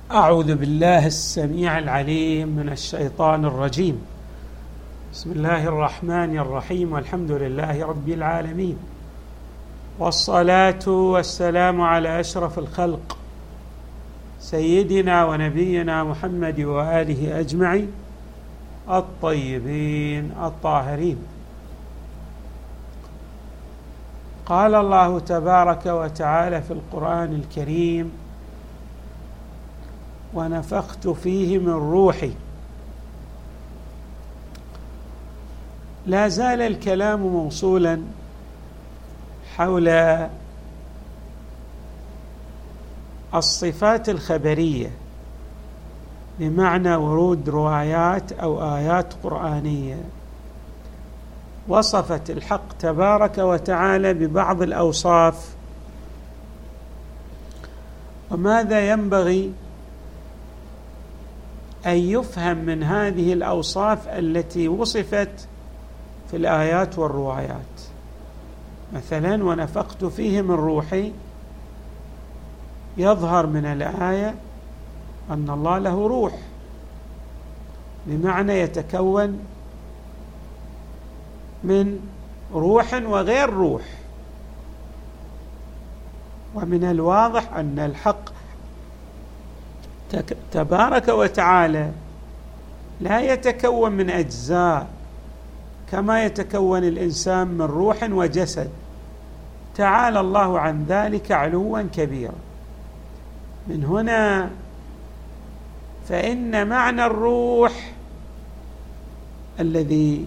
أعوذ بالله السميع العليم من الشيطان الرجيم. بسم الله الرحمن الرحيم، والحمد لله رب العالمين، والصلاة والسلام على أشرف الخلق سيدنا ونبينا محمد وآله أجمعين الطيبين الطاهرين. قال الله تبارك وتعالى في القرآن الكريم: ونفخت فيه من روحي. لا زال الكلام موصولا حول الصفات الخبرية، بمعنى ورود روايات أو آيات قرآنية وصفت الحق تبارك وتعالى ببعض الأوصاف، وماذا ينبغي أن يفهم من هذه الأوصاف التي وصفت في الآيات والروايات. مثلا: ونفخت فيه من روحي، يظهر من الآية أن الله له روح، بمعنى يتكون من روح وغير روح. ومن الواضح أن الحق تبارك وتعالى لا يتكون من أجزاء كما يتكون الإنسان من روح وجسد، تعالى الله عن ذلك علوا كبيرا. من هنا فإن معنى الروح الذي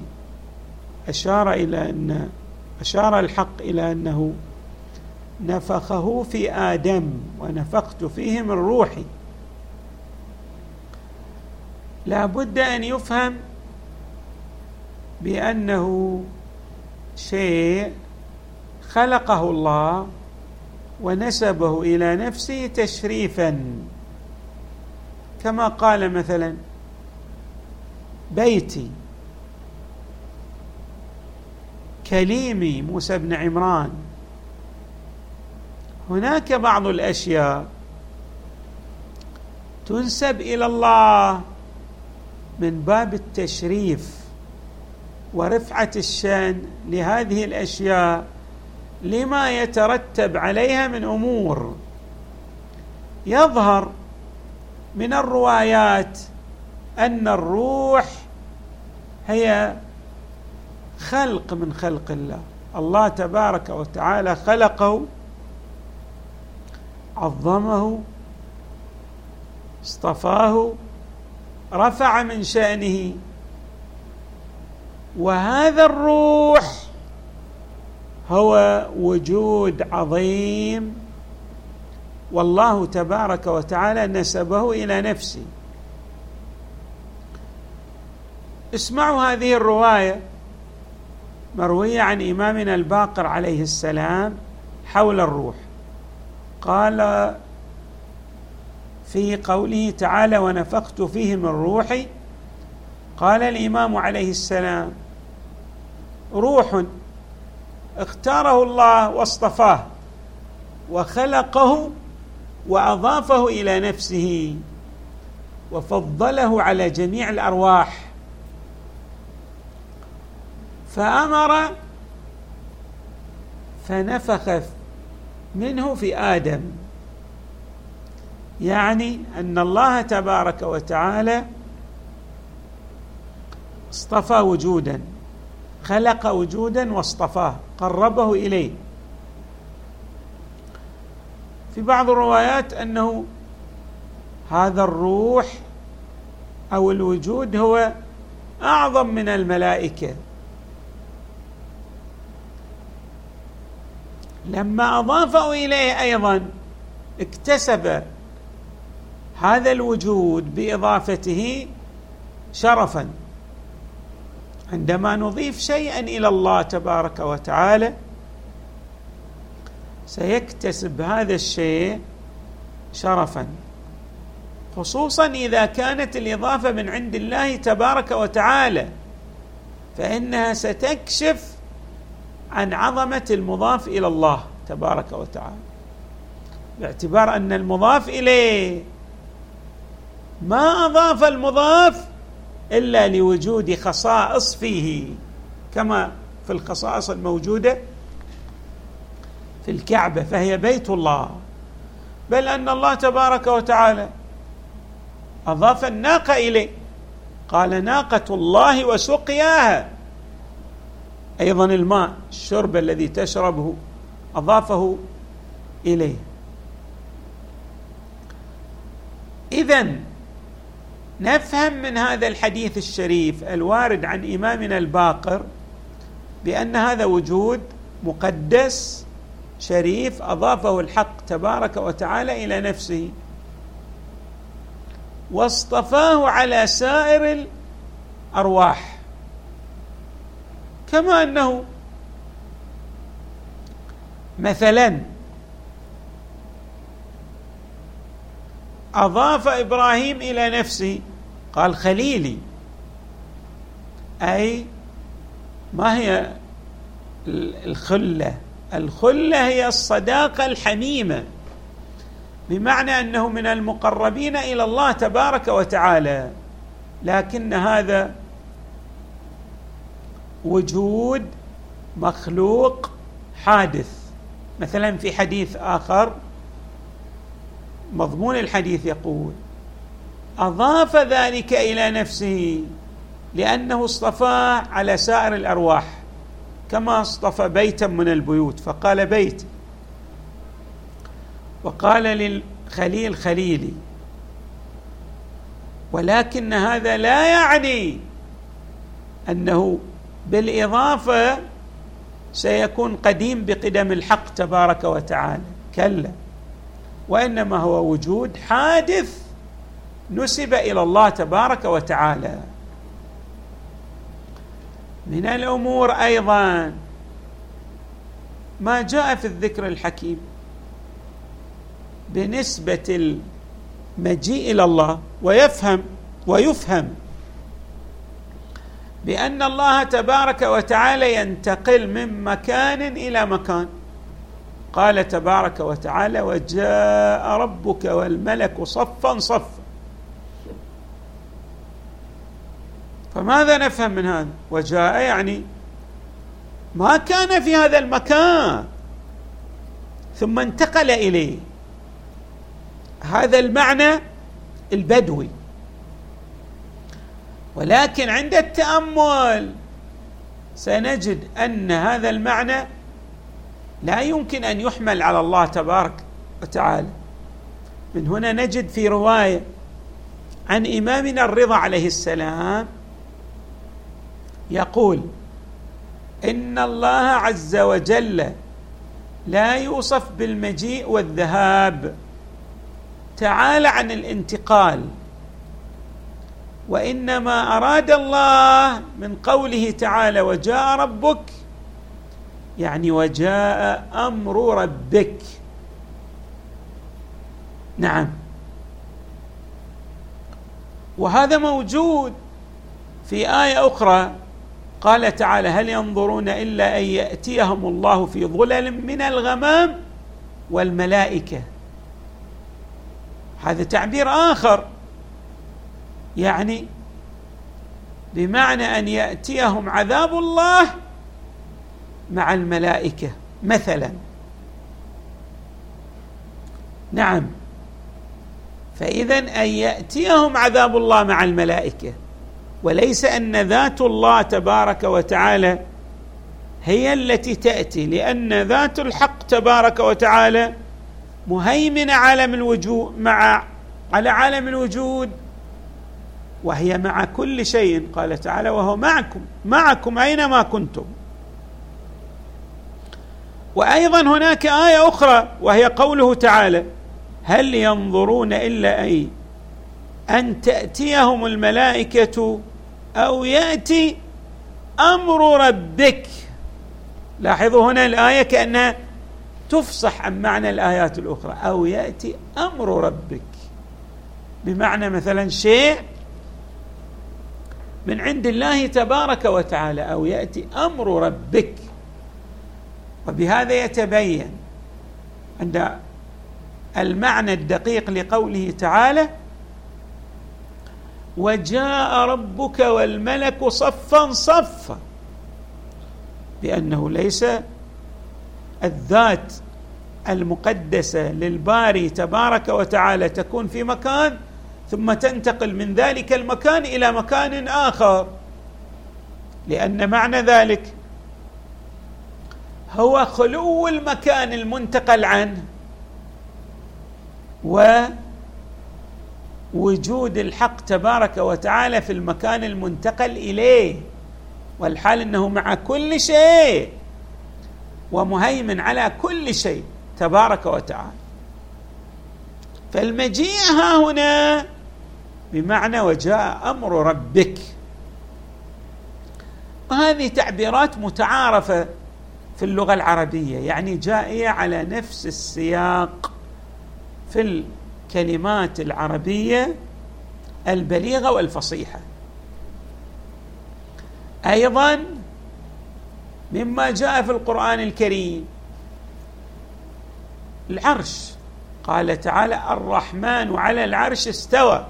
أشار الحق إلى أنه نفخه في آدم، ونفخت فيه من روحي، لا بد أن يفهم بأنه شيء خلقه الله ونسبه إلى نفسه تشريفا، كما قال مثلا: بيتي، كليمي موسى بن عمران. هناك بعض الأشياء تنسب إلى الله من باب التشريف ورفعة الشأن لهذه الأشياء لما يترتب عليها من أمور. يظهر من الروايات أن الروح هي خلق من خلق الله، الله تبارك وتعالى خلقه، عظمه، اصطفاه، رفع من شأنه، وهذا الروح هو وجود عظيم، والله تبارك وتعالى نسبه إلى نفسه. اسمعوا هذه الرواية مروية عن إمامنا الباقر عليه السلام حول الروح. قال في قوله تعالى: ونفخت فيه من روحي، قال الإمام عليه السلام: روح اختاره الله واصطفاه وخلقه وأضافه إلى نفسه وفضله على جميع الأرواح، فأمر فنفخ منه في آدم. يعني أن الله تبارك وتعالى اصطفى وجودا، خلق وجودا واصطفاه، قربه إليه. في بعض الروايات أنه هذا الروح أو الوجود هو أعظم من الملائكة. لما أضافه إليه أيضا اكتسب هذا الوجود بإضافته شرفا. عندما نضيف شيئا إلى الله تبارك وتعالى سيكتسب هذا الشيء شرفا، خصوصا إذا كانت الإضافة من عند الله تبارك وتعالى، فإنها ستكشف عن عظمة المضاف إلى الله تبارك وتعالى، باعتبار أن المضاف إليه ما أضاف المضاف إلا لوجود خصائص فيه، كما في الخصائص الموجودة في الكعبة فهي بيت الله، بل أن الله تبارك وتعالى أضاف الناقة إليه، قال ناقة الله وسقياها، أيضا الماء الشرب الذي تشربه أضافه إليه. إذن نفهم من هذا الحديث الشريف الوارد عن إمامنا الباقر بأن هذا وجود مقدس شريف أضافه الحق تبارك وتعالى إلى نفسه، واصطفاه على سائر الأرواح، كما أنه مثلا أضاف إبراهيم إلى نفسه قال خليلي، أي ما هي الخلة؟ الخلة هي الصداقة الحميمة، بمعنى أنه من المقربين إلى الله تبارك وتعالى، لكن هذا وجود مخلوق حادث. مثلا في حديث آخر مضمون الحديث يقول أضاف ذلك إلى نفسه لأنه اصطفاه على سائر الأرواح، كما اصطفى بيتا من البيوت فقال بيت، وقال للخليل خليلي، ولكن هذا لا يعني أنه بالإضافة سيكون قديم بقدم الحق تبارك وتعالى، كلا، وإنما هو وجود حادث نسب إلى الله تبارك وتعالى. من الأمور أيضا ما جاء في الذكر الحكيم بنسبة المجيء إلى الله، ويفهم بأن الله تبارك وتعالى ينتقل من مكان إلى مكان. قال تبارك وتعالى وجاء ربك والملك صفا صفا، فماذا نفهم من هذا؟ وجاء يعني ما كان في هذا المكان ثم انتقل إليه، هذا المعنى البدوي. ولكن عند التأمل سنجد أن هذا المعنى لا يمكن أن يحمل على الله تبارك وتعالى. من هنا نجد في رواية عن إمامنا الرضا عليه السلام يقول إن الله عز وجل لا يوصف بالمجيء والذهاب، تعالى عن الانتقال، وإنما أراد الله من قوله تعالى وجاء ربك يعني وجاء أمر ربك. نعم، وهذا موجود في آية أخرى قال تعالى هل ينظرون إلا أن يأتيهم الله في ظلل من الغمام والملائكة. هذا تعبير آخر، يعني بمعنى أن يأتيهم عذاب الله مع الملائكة مثلا. نعم، فإذا أن يأتيهم عذاب الله مع الملائكة، وليس أن ذات الله تبارك وتعالى هي التي تأتي، لأن ذات الحق تبارك وتعالى مهيمنة على عالم الوجود، وهي مع كل شيء. قال تعالى وهو معكم أينما كنتم. وأيضا هناك آية أخرى وهي قوله تعالى هل ينظرون إلا أن تأتيهم الملائكة أو يأتي أمر ربك. لاحظوا هنا الآية كأنها تفصح عن معنى الآيات الأخرى، أو يأتي أمر ربك، بمعنى مثلا شيء من عند الله تبارك وتعالى، أو يأتي أمر ربك. وبهذا يتبين أن المعنى الدقيق لقوله تعالى وجاء ربك والملك صفا صفا، بأنه ليس الذات المقدسة للباري تبارك وتعالى تكون في مكان ثم تنتقل من ذلك المكان إلى مكان آخر، لأن معنى ذلك هو خلو المكان المنتقل عنه ووجود الحق تبارك وتعالى في المكان المنتقل إليه، والحال أنه مع كل شيء ومهيمن على كل شيء تبارك وتعالى. فالمجيء ها هنا بمعنى وجاء أمر ربك، وهذه تعبيرات متعارفة في اللغة العربية، يعني جائية على نفس السياق في الكلمات العربية البليغة والفصيحة. أيضا مما جاء في القرآن الكريم العرش، قال تعالى الرحمن على العرش استوى،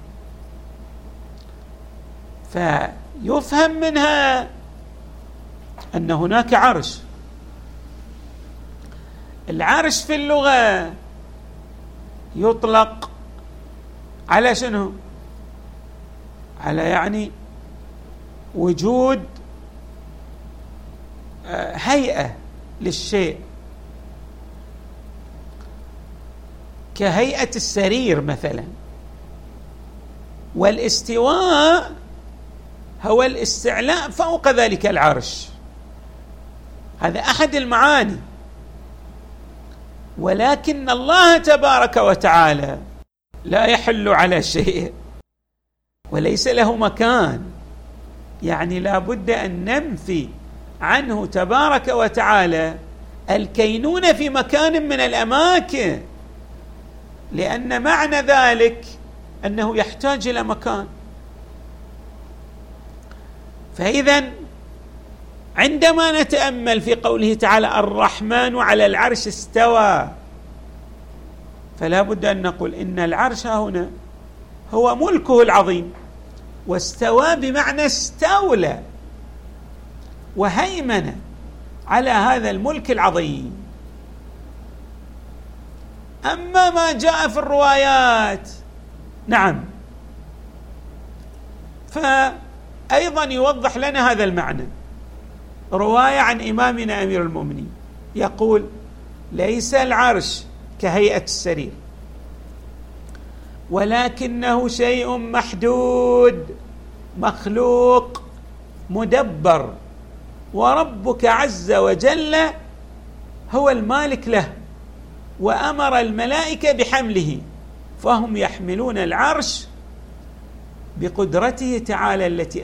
فيفهم منها أن هناك عرش. العرش في اللغة يطلق على شنو؟ على يعني وجود هيئة للشيء، كهيئة السرير مثلا. والاستواء هو الاستعلاء فوق ذلك العرش، هذا أحد المعاني. ولكن الله تبارك وتعالى لا يحل على شيء وليس له مكان، يعني لا بد أن ننفي عنه تبارك وتعالى الكينونة في مكان من الأماكن، لأن معنى ذلك أنه يحتاج إلى مكان. فإذا عندما نتأمل في قوله تعالى الرحمن على العرش استوى، فلا بد أن نقول إن العرش هنا هو ملكه العظيم، واستوى بمعنى استولى وهيمن على هذا الملك العظيم. أما ما جاء في الروايات نعم فأيضا يوضح لنا هذا المعنى. رواية عن إمامنا أمير المؤمنين يقول ليس العرش كهيئة السرير، ولكنه شيء محدود مخلوق مدبر، وربك عز وجل هو المالك له، وأمر الملائكة بحمله، فهم يحملون العرش بقدرته تعالى التي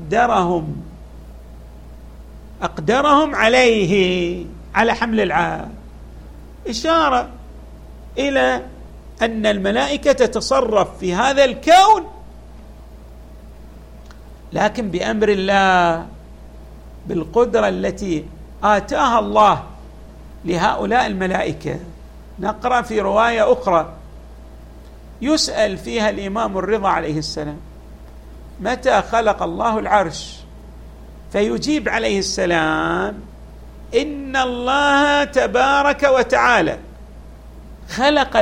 أقدرهم عليه، على حمل العرش، إشارة إلى أن الملائكة تتصرف في هذا الكون لكن بأمر الله، بالقدرة التي آتاها الله لهؤلاء الملائكة. نقرأ في رواية أخرى يسأل فيها الإمام الرضا عليه السلام متى خلق الله العرش، فيجيب عليه السلام إن الله تبارك وتعالى خلق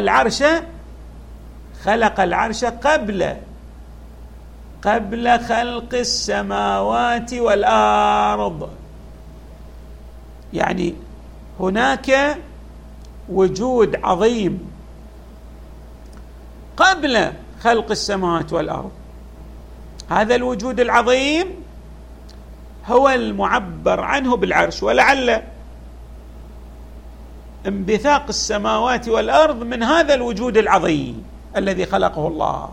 العرش قبل خلق السماوات والأرض، يعني هناك وجود عظيم قبل خلق السماوات والأرض. هذا الوجود العظيم هو المعبر عنه بالعرش، ولعل انبثاق السماوات والأرض من هذا الوجود العظيم الذي خلقه الله.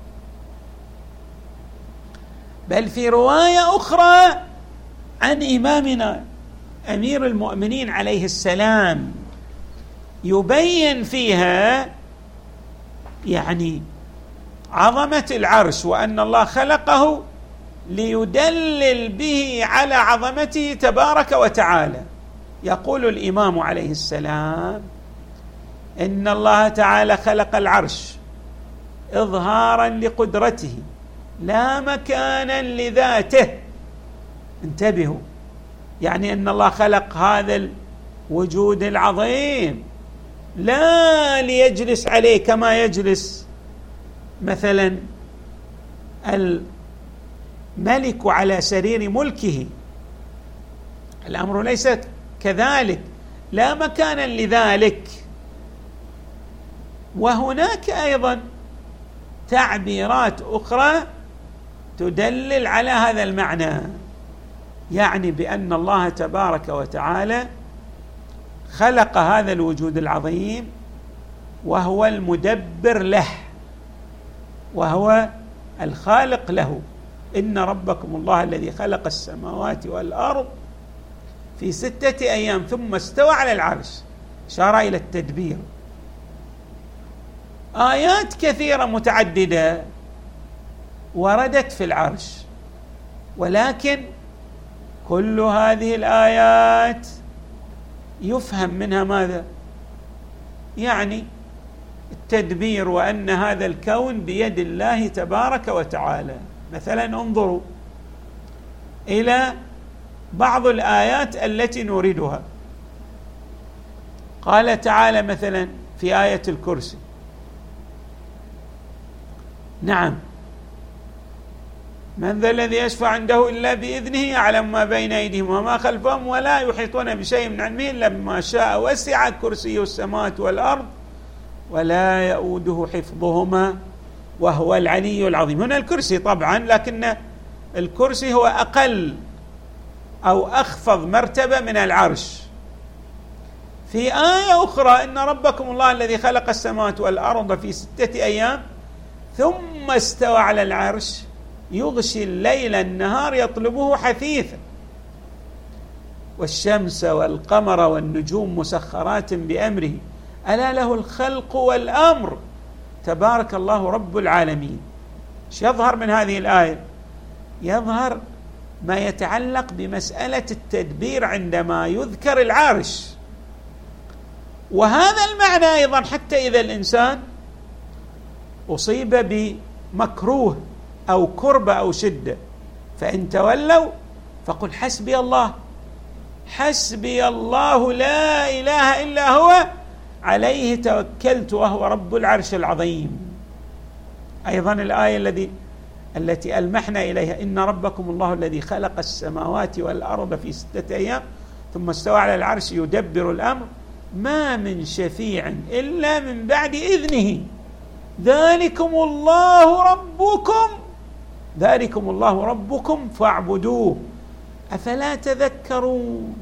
بل في رواية أخرى عن إمامنا أمير المؤمنين عليه السلام يبين فيها يعني عظمة العرش، وأن الله خلقه ليدلل به على عظمته تبارك وتعالى. يقول الإمام عليه السلام إن الله تعالى خلق العرش إظهارا لقدرته لا مكانا لذاته. انتبهوا، يعني أن الله خلق هذا الوجود العظيم لا ليجلس عليه كما يجلس مثلا الملك على سرير ملكه. الأمر ليس كذلك، لا مكانا لذلك. وهناك أيضا تعبيرات أخرى تدلل على هذا المعنى، يعني بأن الله تبارك وتعالى خلق هذا الوجود العظيم وهو المدبر له وهو الخالق له. إن ربكم الله الذي خلق السماوات والأرض في 6 أيام ثم استوى على العرش، إشارة إلى التدبير. آيات كثيرة متعددة وردت في العرش، ولكن كل هذه الآيات يفهم منها ماذا؟ يعني التدبير، وأن هذا الكون بيد الله تبارك وتعالى. مثلا انظروا إلى بعض الآيات التي نوردها. قال تعالى مثلا في آية الكرسي: نعم، من ذا الذي يشفع عنده إلا بإذنه، يعلم ما بين أيديهم وما خلفهم ولا يحيطون بشيء من علمه إلا بما شاء، وسع كرسيه السماوات والأرض ولا يؤوده حفظهما وهو العلي العظيم. هنا الكرسي طبعا، لكن الكرسي هو أقل أو أخفض مرتبة من العرش. في آية أخرى: إن ربكم الله الذي خلق السماوات والأرض في 6 أيام ثم استوى على العرش يغشي الليل النهار يطلبه حثيثا والشمس والقمر والنجوم مسخرات بأمره ألا له الخلق والأمر تبارك الله رب العالمين. ايش يظهر من هذه الآية؟ يظهر ما يتعلق بمسألة التدبير عندما يذكر العرش. وهذا المعنى أيضا حتى إذا الإنسان أصيب بمكروه أو كربة أو شدة فإن تولوا فقل حسبي الله، حسبي الله لا إله إلا هو عليه توكلت وهو رب العرش العظيم. أيضا الآية التي ألمحنا إليها: إن ربكم الله الذي خلق السماوات والأرض في 6 أيام ثم استوى على العرش يدبر الأمر ما من شفيع إلا من بعد إذنه ذلكم الله ربكم فاعبدوه أفلا تذكرون.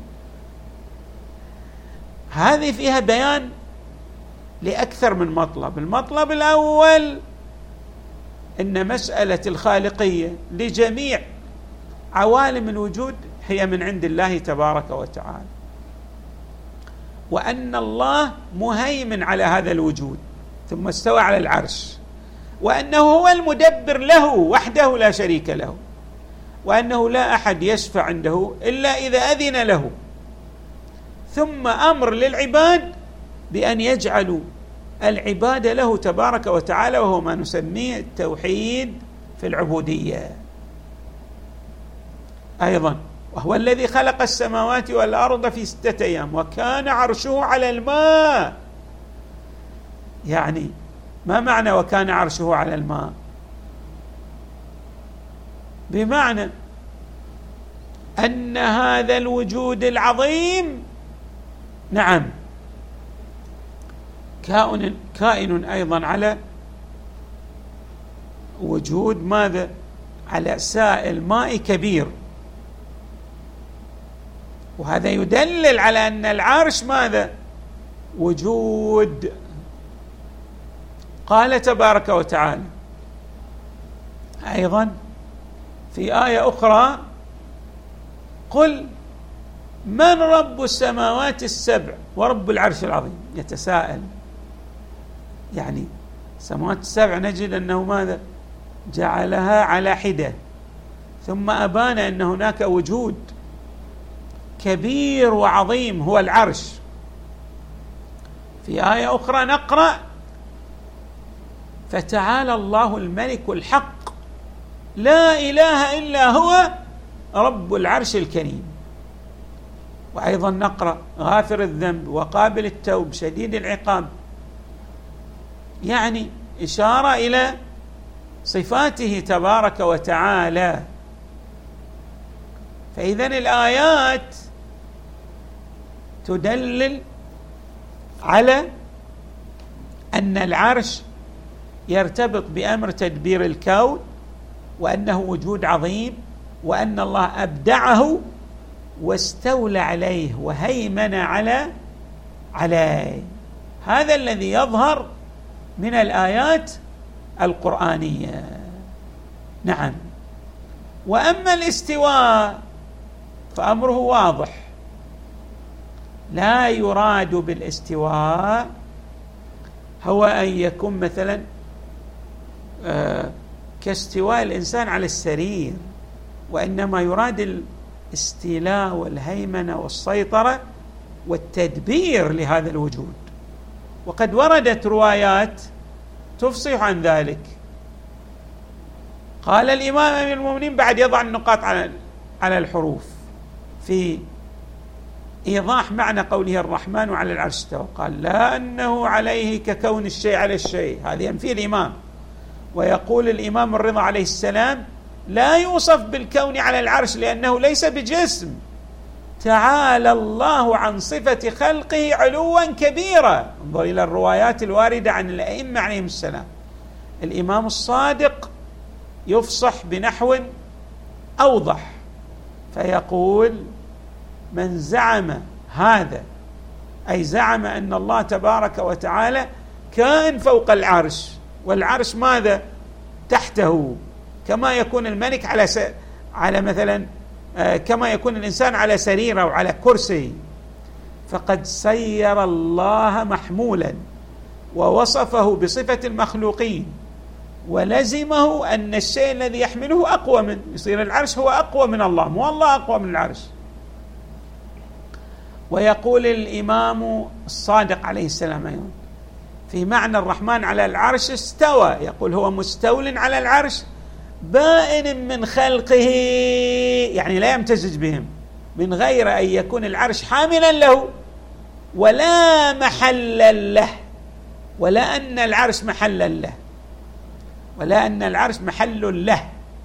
هذه فيها بيان لأكثر من مطلب. المطلب الأول إن مسألة الخالقية لجميع عوالم الوجود هي من عند الله تبارك وتعالى، وأن الله مهيمن على هذا الوجود ثم استوى على العرش، وأنه هو المدبر له وحده لا شريك له، وأنه لا أحد يشفع عنده إلا إذا أذن له، ثم أمر للعباد بأن يجعلوا العبادة له تبارك وتعالى، وهو ما نسميه التوحيد في العبودية. أيضا وهو الذي خلق السماوات والأرض في 6 أيام وكان عرشه على الماء. يعني ما معنى وكان عرشه على الماء؟ بمعنى أن هذا الوجود العظيم نعم كائن أيضا على وجود ماذا؟ على سائل ماء كبير، وهذا يدلل على أن العرش ماذا؟ وجود. قال تبارك وتعالى أيضا في آية أخرى: قل من رب السماوات السبع ورب العرش العظيم. يتساءل، يعني السماوات السبع نجد أنه ماذا؟ جعلها على حدة، ثم أبان أن هناك وجود كبير وعظيم هو العرش. في آية أخرى نقرأ: فتعالى الله الملك الحق لا إله إلا هو رب العرش الكريم. وأيضا نقرأ غافر الذنب وقابل التوب شديد العقاب، يعني إشارة إلى صفاته تبارك وتعالى. فإذن الآيات تدلل على أن العرش يرتبط بأمر تدبير الكون، وأنه وجود عظيم، وأن الله أبدعه واستولى عليه وهيمن عليه. هذا الذي يظهر من الآيات القرآنية. نعم. وأما الاستواء فأمره واضح، لا يراد بالاستواء هو أن يكون مثلا كاستواء الإنسان على السرير، وإنما يراد الاستيلاء والهيمنة والسيطرة والتدبير لهذا الوجود. وقد وردت روايات تفصح عن ذلك. قال الإمام أمير المؤمنين بعد يضع النقاط على الحروف في إيضاح معنى قوله الرحمن على العرش استوى، قال لا أنه عليه ككون الشيء على الشيء، هذا ينفي الإمام. ويقول الإمام الرضا عليه السلام لا يوصف بالكون على العرش لأنه ليس بجسم، تعالى الله عن صفة خلقه علوا كبيرا. انظر إلى الروايات الواردة عن الأئمة عليهم السلام. الإمام الصادق يفصح بنحو أوضح فيقول من زعم هذا، أي زعم أن الله تبارك وتعالى كائن فوق العرش، والعرش ماذا تحته، كما يكون الملك على مثلا كما يكون الإنسان على سرير أو على كرسي، فقد سير الله محمولا ووصفه بصفة المخلوقين، ولزمه أن الشيء الذي يحمله أقوى منه، يصير العرش هو أقوى من الله، مو الله أقوى من العرش. ويقول الإمام الصادق عليه السلام أيضا في معنى الرحمن على العرش استوى، يقول هو مستول على العرش بائن من خلقه، يعني لا يمتزج بهم، من غير أن يكون العرش حاملا له ولا محلا له، ولا أن العرش محلا له، ولا أن العرش محل له.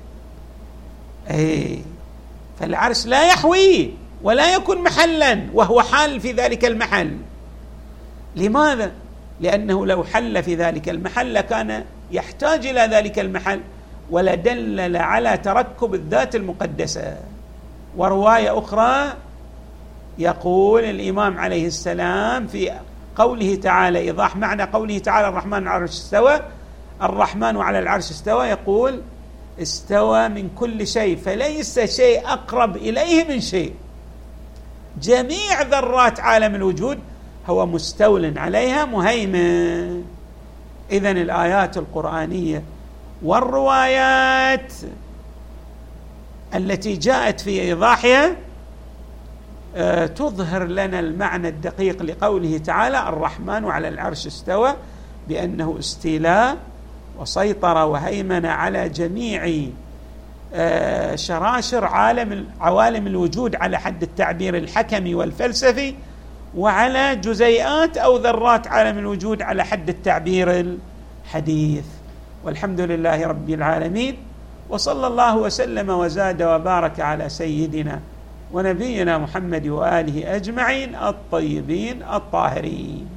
فالعرش لا يحويه ولا يكون محلا وهو حال في ذلك المحل. لماذا؟ لأنه لو حل في ذلك المحل كان يحتاج إلى ذلك المحل، ولدلل على تركب الذات المقدسة. ورواية أخرى يقول الإمام عليه السلام في قوله تعالى، إيضاح معنى قوله تعالى الرحمن على العرش استوى، الرحمن على العرش استوى، يقول استوى من كل شيء فليس شيء أقرب إليه من شيء، جميع ذرات عالم الوجود هو مستول عليها مهيمن. إذن الآيات القرآنية والروايات التي جاءت في إيضاحها تظهر لنا المعنى الدقيق لقوله تعالى الرحمن على العرش استوى، بأنه استيلاء وسيطر وهيمن على جميع شراشر عوالم الوجود على حد التعبير الحكمي والفلسفي، وعلى جزيئات أو ذرات عالم الوجود على حد التعبير الحديث. والحمد لله رب العالمين، وصلى الله وسلم وزاد وبارك على سيدنا ونبينا محمد وآله أجمعين الطيبين الطاهرين.